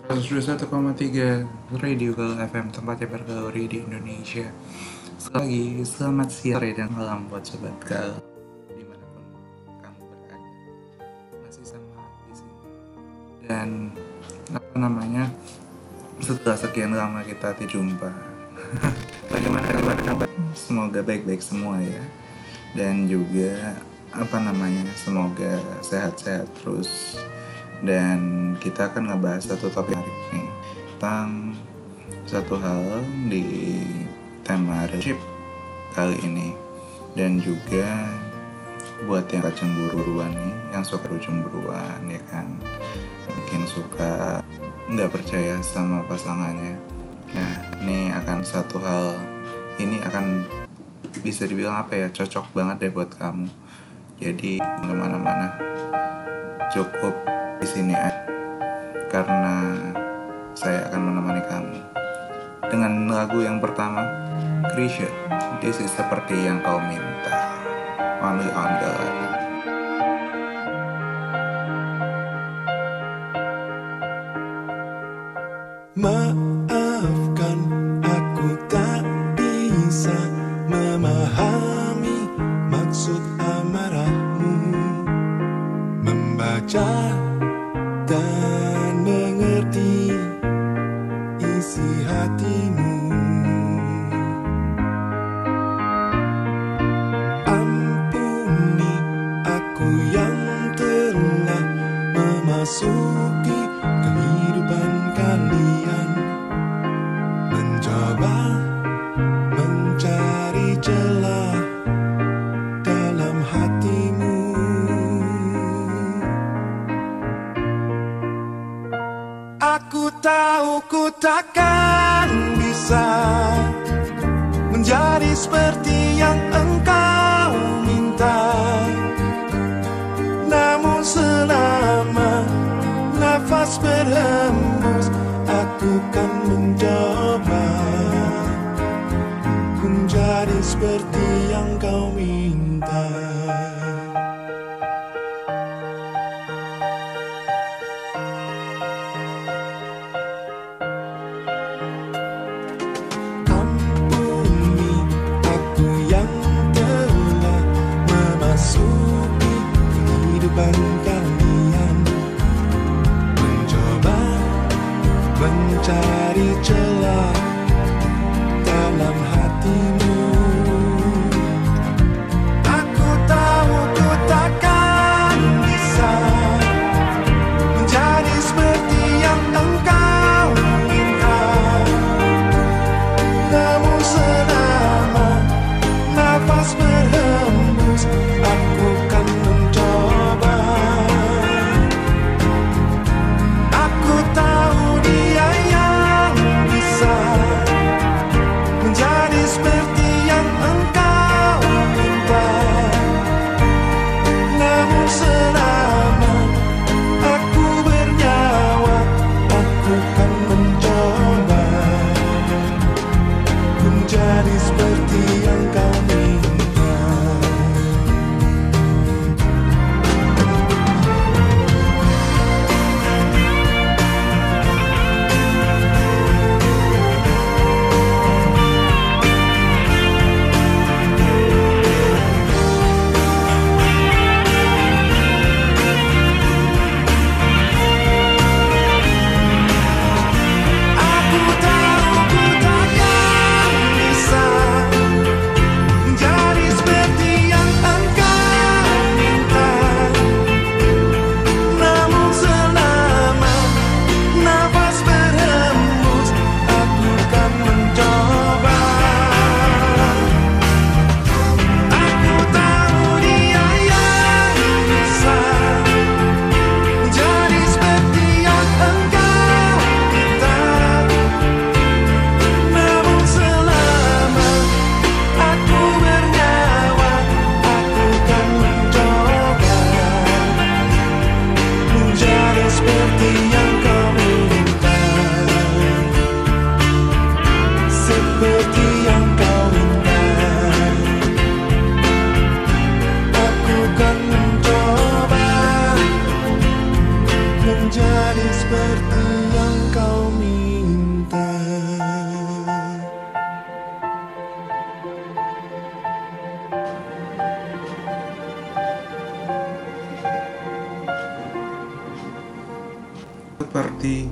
121,3 Radio Galuh FM, tempatnya bergauri di Indonesia. Sekali lagi, selamat siang, sore, dan malam buat Sobat Galuh dimanapun kamu berada. Masih sama di sini. Dan setelah sekian lama kita jumpa. Bagaimana kabar? Semoga baik-baik semua ya. Dan juga semoga sehat-sehat terus. Dan kita akan ngebahas satu topik menarik nih tentang satu hal di tema relationship kali ini. Dan juga buat yang cemburuan nih, yang suka cemburuan ya kan, mungkin suka nggak percaya sama pasangannya. Nah, ini akan satu hal ini akan bisa dibilang cocok banget deh buat kamu. Jadi kemana-mana, cukup di sini aja, karena saya akan menemani kamu dengan lagu yang pertama, Krisya, This Is Seperti Yang Kau Minta, Only on God. Maafkan, aku tak bisa memahami maksud amarahmu, membaca dan mengerti isi hatimu. Ampuni aku yang telah memasuki kehidupan kalian, mencoba mencari celah dalam hatimu. Aku tahu ku takkan bisa menjadi seperti yang engkau minta, namun selama nafas berhembus, aku kan mencoba menjadi seperti yang kau minta. Ampuni aku yang telah memasuki kehidupan kalian, mencoba mencari celah dalam hatimu. Aku tahu ku takkan bisa menjadi seperti yang engkau minta, namun selama nafas berhembus, aku kan mencoba. Aku tahu dia yang bisa seperti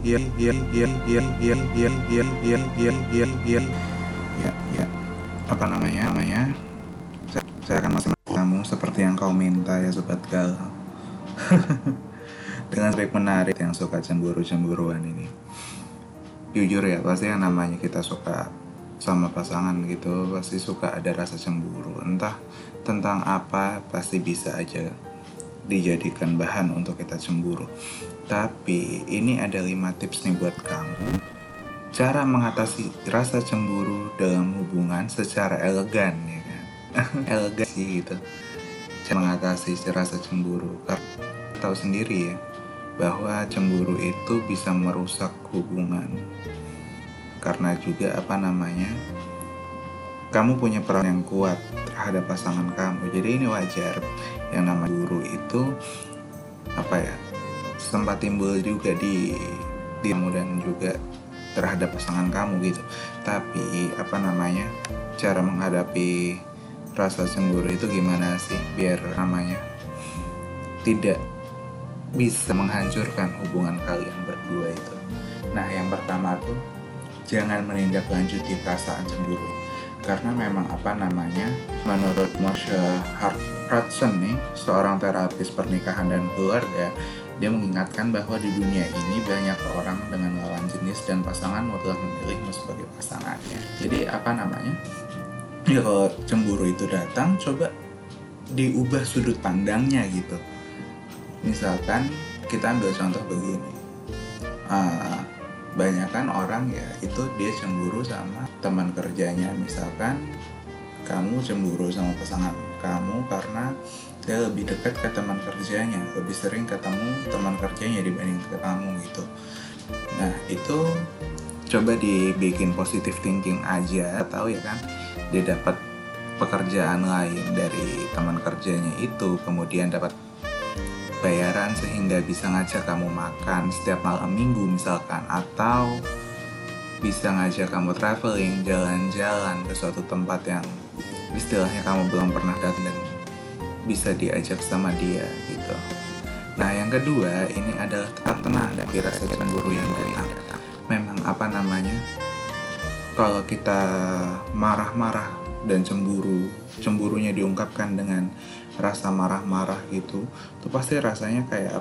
apa namanya saya akan masih kamu seperti yang kau minta ya sobat galau. Dengan trik menarik yang suka cemburu-cemburuan ini. Jujur ya, pasti yang namanya kita suka sama pasangan gitu, pasti suka ada rasa cemburu. Entah tentang apa, pasti bisa aja dijadikan bahan untuk kita cemburu. Tapi ini ada 5 tips nih buat kamu, cara mengatasi rasa cemburu dalam hubungan secara elegan, ya kan? Elegan sih gitu, cara mengatasi rasa cemburu. Karena tahu sendiri ya, bahwa cemburu itu bisa merusak hubungan. Karena juga kamu punya peran yang kuat terhadap pasangan kamu. Jadi ini wajar, yang namanya cemburu itu sempat timbul juga di kamu dan juga terhadap pasangan kamu gitu. Tapi cara menghadapi rasa cemburu itu gimana sih biar tidak bisa menghancurkan hubungan kalian berdua itu. Nah, yang pertama tuh, jangan menindaklanjuti perasaan cemburu. Karena memang menurut Marsha Hudson nih, seorang terapis pernikahan dan keluarga, dia mengingatkan bahwa di dunia ini banyak orang dengan lawan jenis dan pasanganmu telah memilihmu sebagai pasangannya. Jadi ya kalau cemburu itu datang, coba diubah sudut pandangnya gitu. Misalkan kita ambil contoh begini, banyakan orang ya itu dia cemburu sama teman kerjanya. Misalkan kamu cemburu sama pasangan kamu karena dia lebih dekat ke teman kerjanya, lebih sering ketemu teman kerjanya dibanding ke kamu gitu. Nah itu coba dibikin positive thinking aja, tahu ya kan, dia dapat pekerjaan lain dari teman kerjanya itu, kemudian dapat bayaran sehingga bisa ngajak kamu makan setiap malam minggu misalkan, atau bisa ngajak kamu traveling, jalan-jalan ke suatu tempat yang istilahnya kamu belum pernah datang dan bisa diajak sama dia gitu. Nah yang kedua ini adalah tetap tenang dan rasa cemburu yang datang. Memang kalau kita marah-marah dan cemburunya diungkapkan dengan rasa marah-marah gitu, tuh pasti rasanya kayak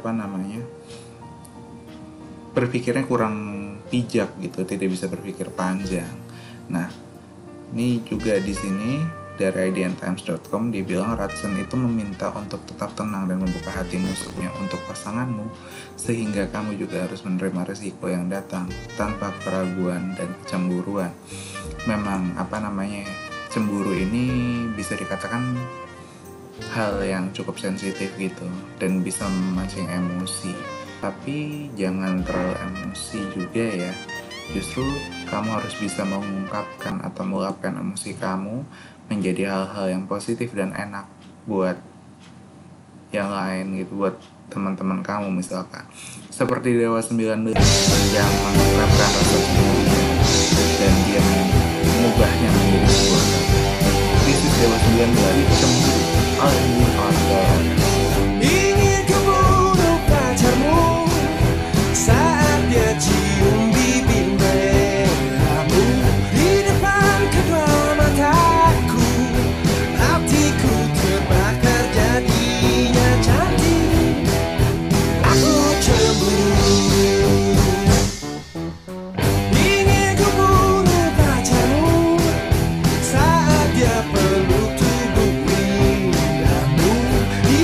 berpikirnya kurang bijak gitu, tidak bisa berpikir panjang. Nah, ini juga di sini dari idntimes.com dibilang Hudson itu meminta untuk tetap tenang dan membuka hatimu untuk pasanganmu, sehingga kamu juga harus menerima risiko yang datang tanpa keraguan dan kecemburuan. Memang cemburu ini bisa dikatakan hal yang cukup sensitif gitu dan bisa memancing emosi, tapi jangan terlalu emosi juga ya. Justru kamu harus bisa mengungkapkan atau meluapkan emosi kamu menjadi hal-hal yang positif dan enak buat yang lain gitu, buat teman-teman kamu misalkan. Seperti Dewa 19 yang mengungkapkan rasa cemburu dan dia mengubahnya menjadi sebuah kata. This is Dewa 19 cemburu. Ingin ku bunuh pacarmu saat dia cium bibir merahmu di depan kedua mataku. Hatiku terbakar jadinya cantik. Aku cemburu. Ingin ku bunuh pacarmu saat dia peluk tubuhmu di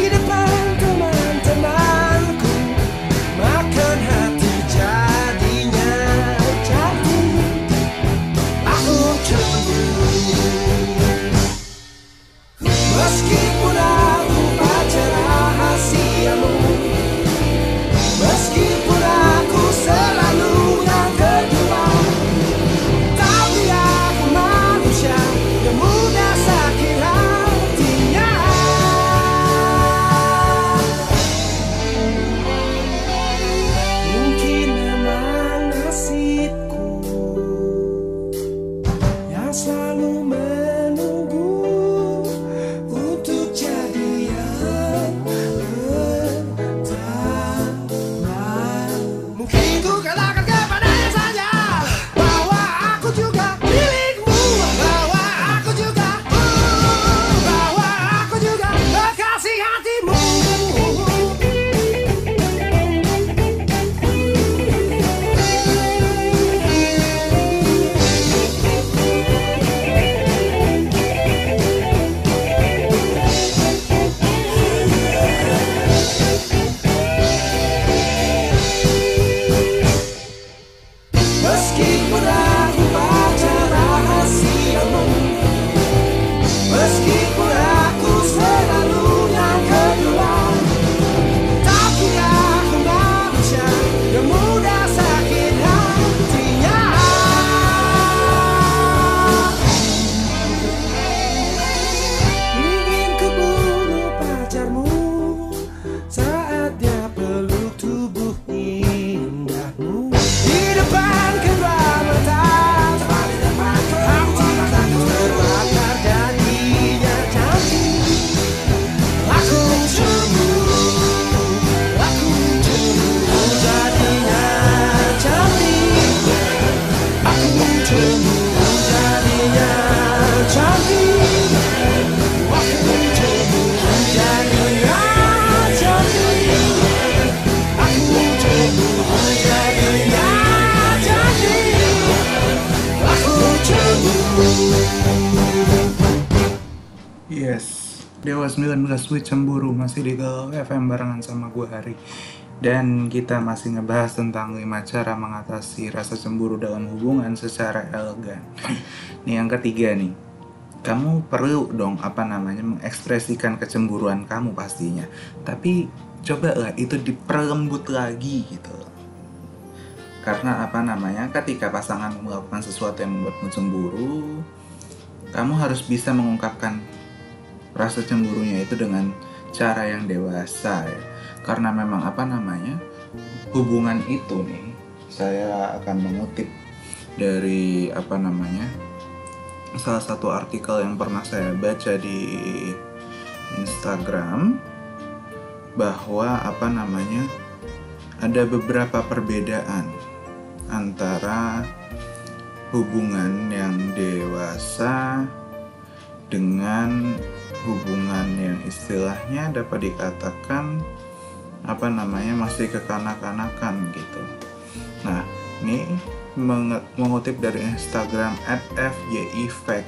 Dewa 19 Sweet Cemburu masih di Galau FM barengan sama gue Hari. Dan kita masih ngebahas tentang 5 cara mengatasi rasa cemburu dalam hubungan secara elegan. Nih yang ketiga nih, kamu perlu dong mengekspresikan kecemburuan kamu pastinya. Tapi cobalah itu diperlembut lagi gitu. Karena ketika pasangan melakukan sesuatu yang membuatmu cemburu, kamu harus bisa mengungkapkan rasa cemburunya itu dengan cara yang dewasa ya. Karena memang hubungan itu nih, saya akan mengutip dari salah satu artikel yang pernah saya baca di Instagram, bahwa ada beberapa perbedaan antara hubungan yang dewasa dengan hubungan yang istilahnya dapat dikatakan masih kekanak-kanakan gitu. Nah, ini mengutip dari Instagram @FYIFACT.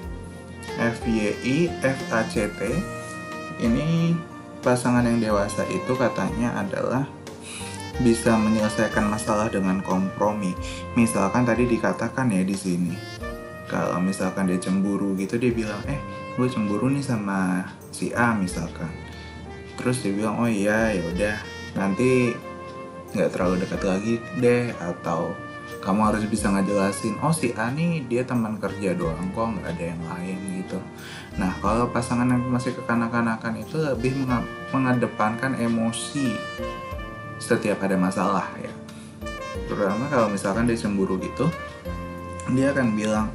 FYIFACT. Ini pasangan yang dewasa itu katanya adalah bisa menyelesaikan masalah dengan kompromi. Misalkan tadi dikatakan ya di sini, kalau misalkan dia cemburu gitu, dia bilang, gue cemburu nih sama si A misalkan. Terus dia bilang, oh iya yaudah, nanti nggak terlalu dekat lagi deh. Atau kamu harus bisa ngejelasin, oh si A nih dia teman kerja doang kok, nggak ada yang lain gitu. Nah, kalau pasangan yang masih kekanak-kanakan itu lebih mengedepankan emosi setiap ada masalah ya. Terutama kalau misalkan dia cemburu gitu, dia akan bilang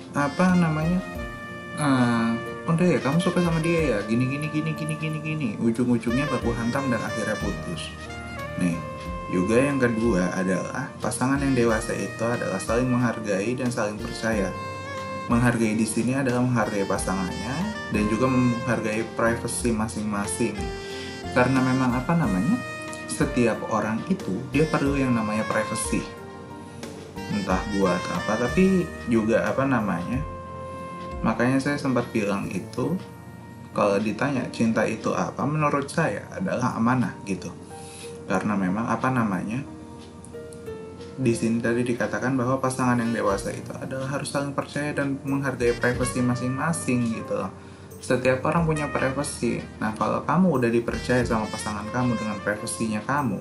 udah ya kamu suka sama dia ya, gini. Ujung-ujungnya baku hantam dan akhirnya putus. Nih, juga yang kedua adalah pasangan yang dewasa itu adalah saling menghargai dan saling percaya. Menghargai di sini adalah menghargai pasangannya dan juga menghargai privasi masing-masing. Karena memang setiap orang itu dia perlu yang namanya privasi. Entah buat apa, tapi juga makanya saya sempat bilang itu, kalau ditanya cinta itu apa, menurut saya adalah amanah gitu. Karena memang di sini tadi dikatakan bahwa pasangan yang dewasa itu adalah harus saling percaya dan menghargai privasi masing-masing gitu loh. Setiap orang punya privasi. Nah, kalau kamu udah dipercaya sama pasangan kamu dengan privasinya kamu,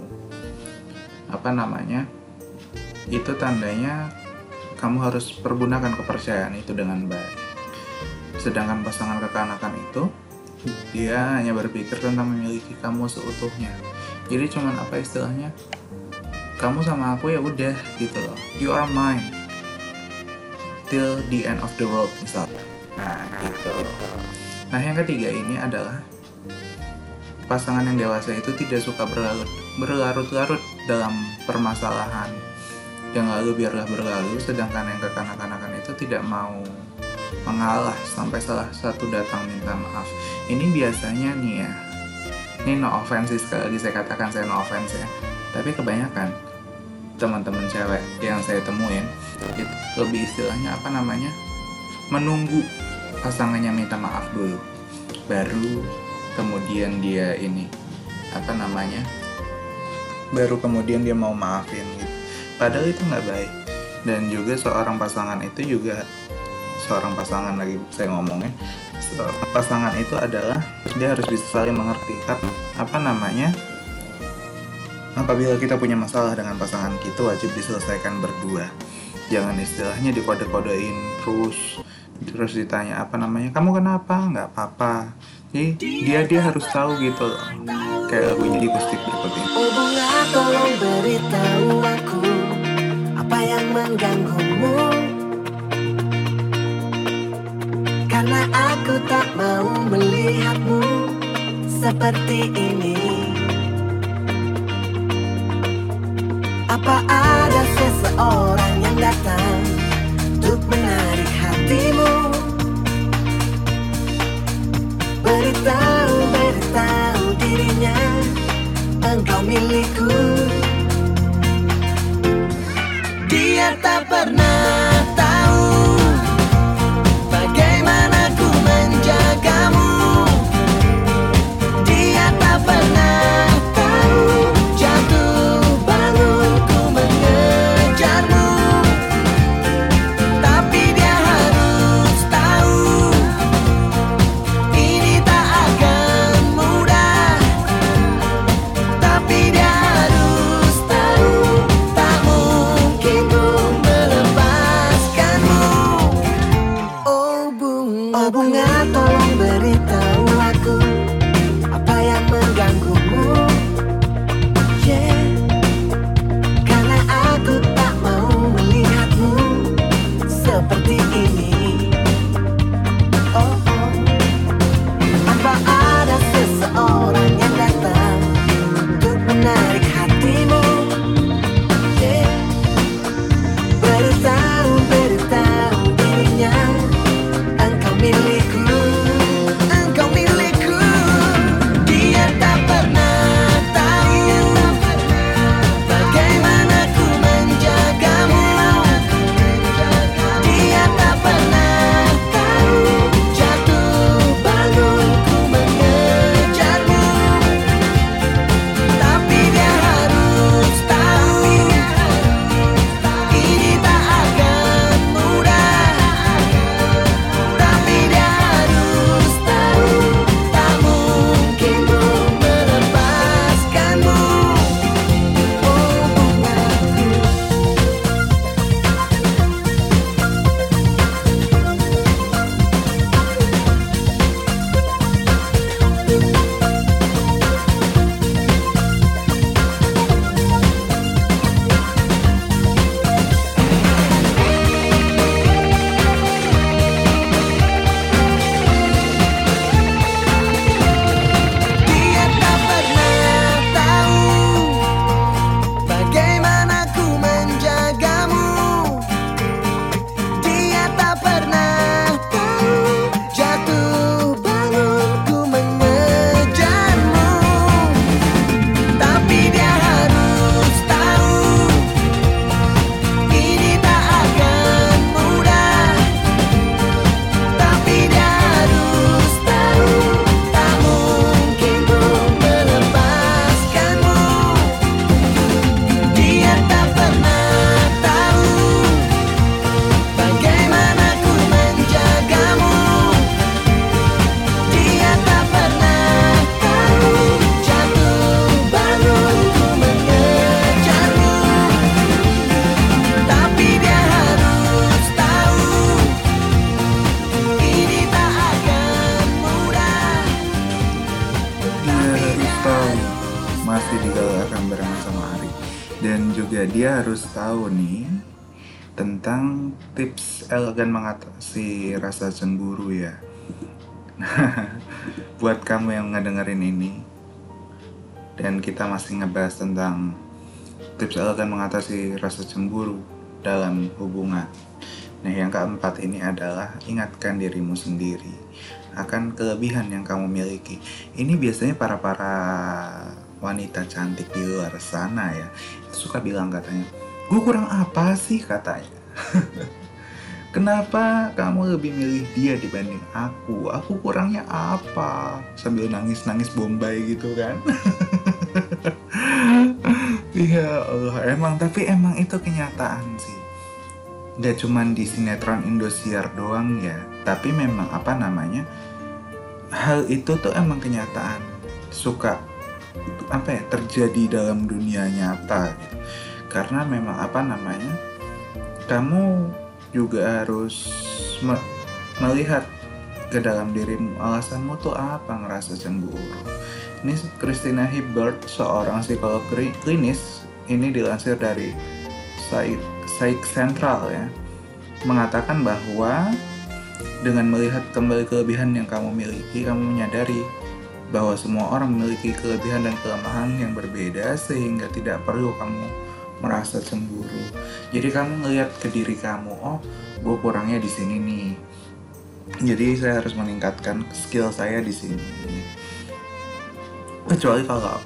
itu tandanya kamu harus pergunakan kepercayaan itu dengan baik. Sedangkan pasangan kekanakan itu, dia hanya berpikir tentang memiliki kamu seutuhnya. Jadi cuman istilahnya, kamu sama aku ya udah gitu loh, you are mine till the end of the world misalnya. Nah gitu. Nah yang ketiga ini adalah pasangan yang dewasa itu tidak suka berlarut-larut dalam permasalahan. Yang lalu biarlah berlalu, sedangkan yang kekanak-kanakan itu tidak mau mengalah sampai salah satu datang minta maaf. Ini biasanya nih ya, ini no offense sekali lagi saya katakan, saya no offense ya, tapi kebanyakan teman-teman cewek yang saya temuin itu lebih istilahnya menunggu pasangannya minta maaf dulu, baru kemudian dia baru kemudian dia mau maafin gitu. Padahal itu nggak baik. Dan juga seorang pasangan itu adalah dia harus bisa saling mengerti. Apabila kita punya masalah dengan pasangan kita, wajib diselesaikan berdua. Jangan istilahnya dikode-kodein terus ditanya kamu kenapa, nggak apa-apa. Jadi dia harus tahu gitu loh. Kayak lagunya di Kustik berikut ini. Oh bunga, tolong beritahu aku apa yang mengganggumu, karena aku tak mau melihatmu seperti ini. Apa ada seseorang yang datang untuk menarik hatimu? Beritahu dirinya engkau milikku. Dia tak pernah tahu bagaimana ku menjagamu. akan barengan sama Ari. Dan juga dia harus tahu nih tentang tips elegan mengatasi rasa cemburu ya. Buat kamu yang ngedengerin ini, dan kita masih ngebahas tentang tips elegan mengatasi rasa cemburu dalam hubungan. Nah, yang keempat ini adalah ingatkan dirimu sendiri akan kelebihan yang kamu miliki. Ini biasanya para wanita cantik di luar sana ya, suka bilang katanya, gue kurang apa sih katanya. Kenapa kamu lebih milih dia dibanding aku? Aku kurangnya apa? Sambil nangis-nangis Bombay gitu kan. Ya Allah, tapi emang itu kenyataan sih. Gak cuman di sinetron Indosiar doang ya, tapi memang hal itu tuh emang kenyataan. Suka terjadi dalam dunia nyata gitu. Karena memang kamu juga harus melihat ke dalam dirimu, alasanmu tuh apa ngerasa cemburu. Ini Christina Hibbert, seorang psikolog klinis, ini dilansir dari Psych Central ya, mengatakan bahwa dengan melihat kembali kelebihan yang kamu miliki, kamu menyadari bahwa semua orang memiliki kelebihan dan kelemahan yang berbeda, sehingga tidak perlu kamu merasa cemburu. Jadi kamu ngelihat ke diri kamu, oh gue kurangnya di sini nih, jadi saya harus meningkatkan skill saya di sini. Kecuali kalau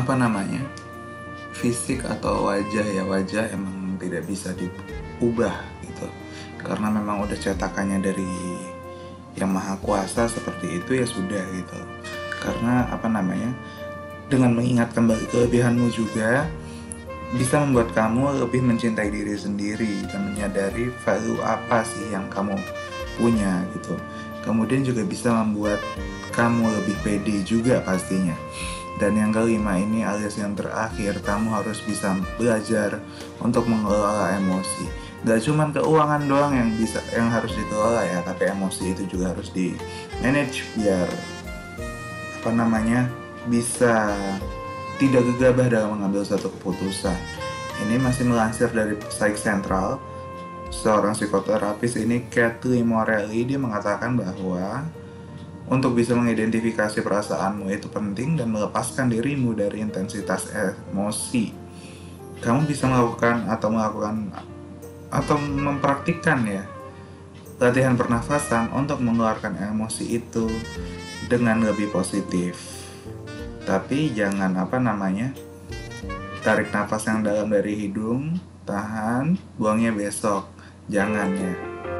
fisik atau wajah emang tidak bisa diubah gitu, karena memang udah cetakannya dari yang maha kuasa seperti itu, ya sudah gitu. Karena dengan mengingat kembali kelebihanmu juga bisa membuat kamu lebih mencintai diri sendiri dan menyadari value apa sih yang kamu punya gitu. Kemudian juga bisa membuat kamu lebih pede juga pastinya. Dan yang kelima ini, alias yang terakhir, kamu harus bisa belajar untuk mengelola emosi. Gak cuma keuangan doang yang harus dikelola ya, tapi emosi itu juga harus di manage biar bisa tidak gegabah dalam mengambil satu keputusan. Ini masih melansir dari Psych Central. Seorang psikoterapis ini, Kathleen Morelli, dia mengatakan bahwa untuk bisa mengidentifikasi perasaanmu itu penting dan melepaskan dirimu dari intensitas emosi. Kamu bisa melakukan atau mempraktikkan ya latihan pernafasan untuk mengeluarkan emosi itu dengan lebih positif. Tapi jangan tarik nafas yang dalam dari hidung, tahan, buangnya besok. Jangan ya.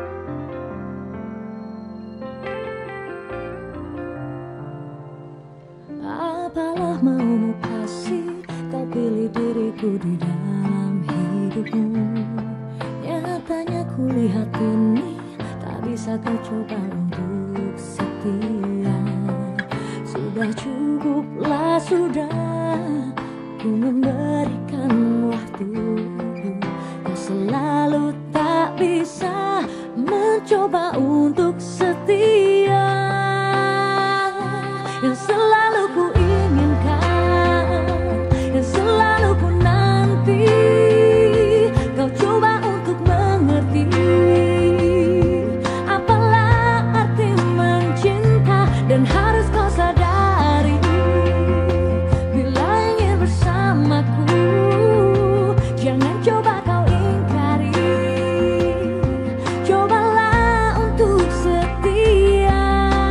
Apalah maumu kasih, kau pilih diriku di dalam hidupmu. Nyatanya kulihat ini, tak bisa kau coba untuk setia. Sudah cukuplah, sudah ku memberikan waktu. Kau selalu tak bisa mencoba untuk setia. Yang selalu ku inginkan, yang selalu ku nanti, kau coba untuk mengerti. Apalah arti mencinta, dan harus kau sadari, bila ingin bersamaku, jangan coba kau ingkari. Cobalah untuk setia.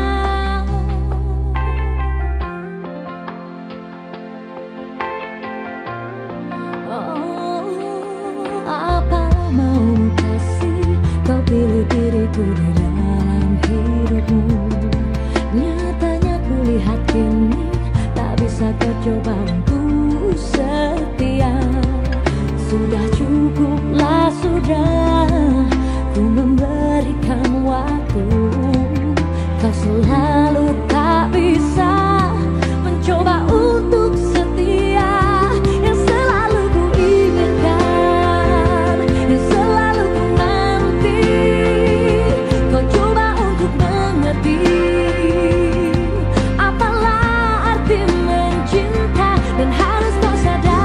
Oh, apalah maumu kasih, kau pilih diriku di dalam hidupmu. Nyatanya kulihat kini, tak bisa kau coba untuk setia. Sudah cukuplah, sudah ku memberikan waktu. Kau selalu tak bisa mencoba untuk setia. Yang selalu ku inginkan, yang selalu ku nanti, kau coba untuk mengerti. Apalah arti mencinta, dan harus kau sadari.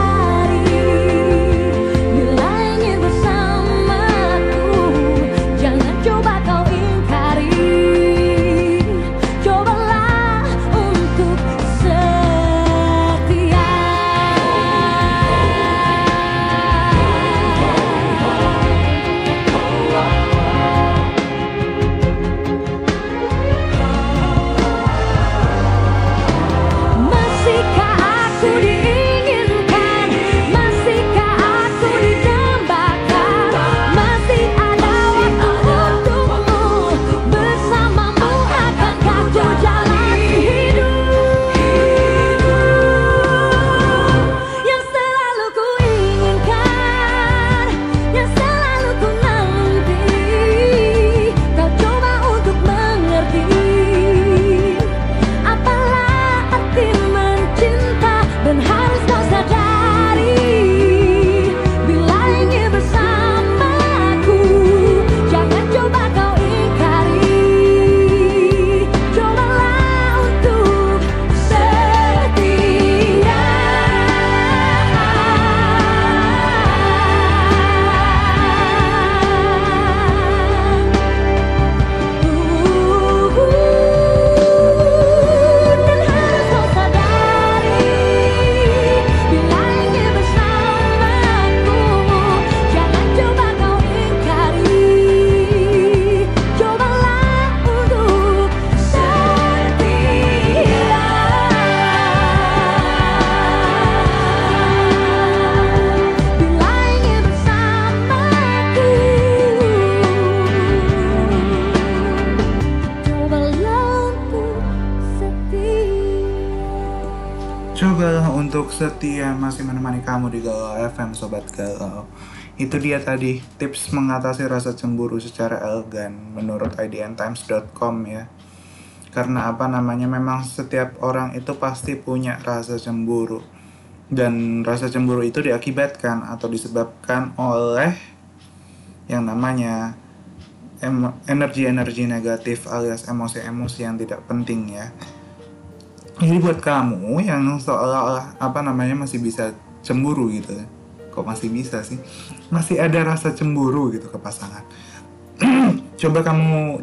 untuk setia masih menemani kamu di Galau FM Sobat Galau. Itu dia tadi tips mengatasi rasa cemburu secara elegan menurut idntimes.com ya. Karena memang setiap orang itu pasti punya rasa cemburu. Dan rasa cemburu itu diakibatkan atau disebabkan oleh yang namanya energi-energi negatif alias emosi-emosi yang tidak penting ya. Jadi buat kamu yang seolah-olah masih bisa cemburu gitu. Kok masih bisa sih? Masih ada rasa cemburu gitu ke pasangan. Coba kamu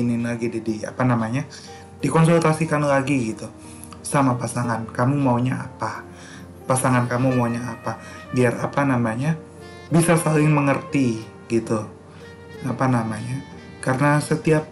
dikonsultasikan lagi gitu sama pasangan. Kamu maunya apa? Pasangan kamu maunya apa? Biar bisa saling mengerti gitu. Karena setiap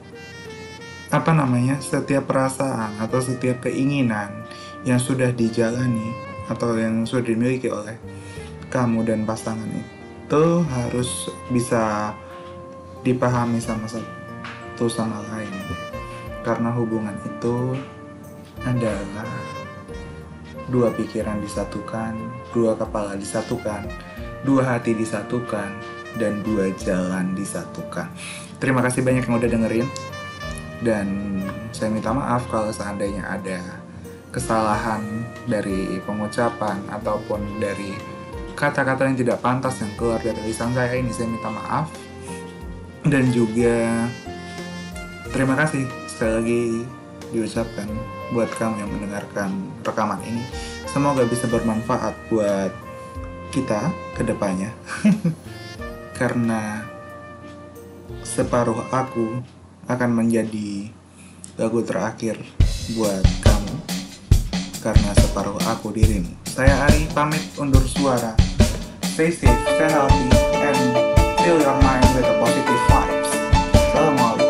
setiap perasaan atau setiap keinginan yang sudah dijalani atau yang sudah dimiliki oleh kamu dan pasangan itu harus bisa dipahami sama satu sama lain. Karena hubungan itu adalah dua pikiran disatukan, dua kepala disatukan, dua hati disatukan, dan dua jalan disatukan. Terima kasih banyak yang udah dengerin. Dan saya minta maaf kalau seandainya ada kesalahan dari pengucapan ataupun dari kata-kata yang tidak pantas yang keluar dari lisan saya ini. Saya minta maaf. Dan juga terima kasih sekali lagi diucapkan buat kamu yang mendengarkan rekaman ini. Semoga bisa bermanfaat buat kita ke depannya. Karena separuh aku akan menjadi lagu terakhir buat kamu. Karena separuh aku dirimu. Saya Ari pamit undur suara. Stay safe, stay healthy, and fill your mind with the positive vibes. Assalamualaikum.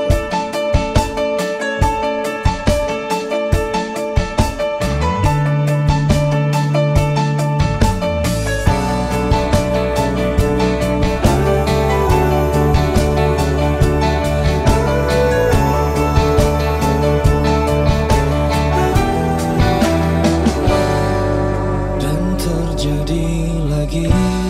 Dan terjadi lagi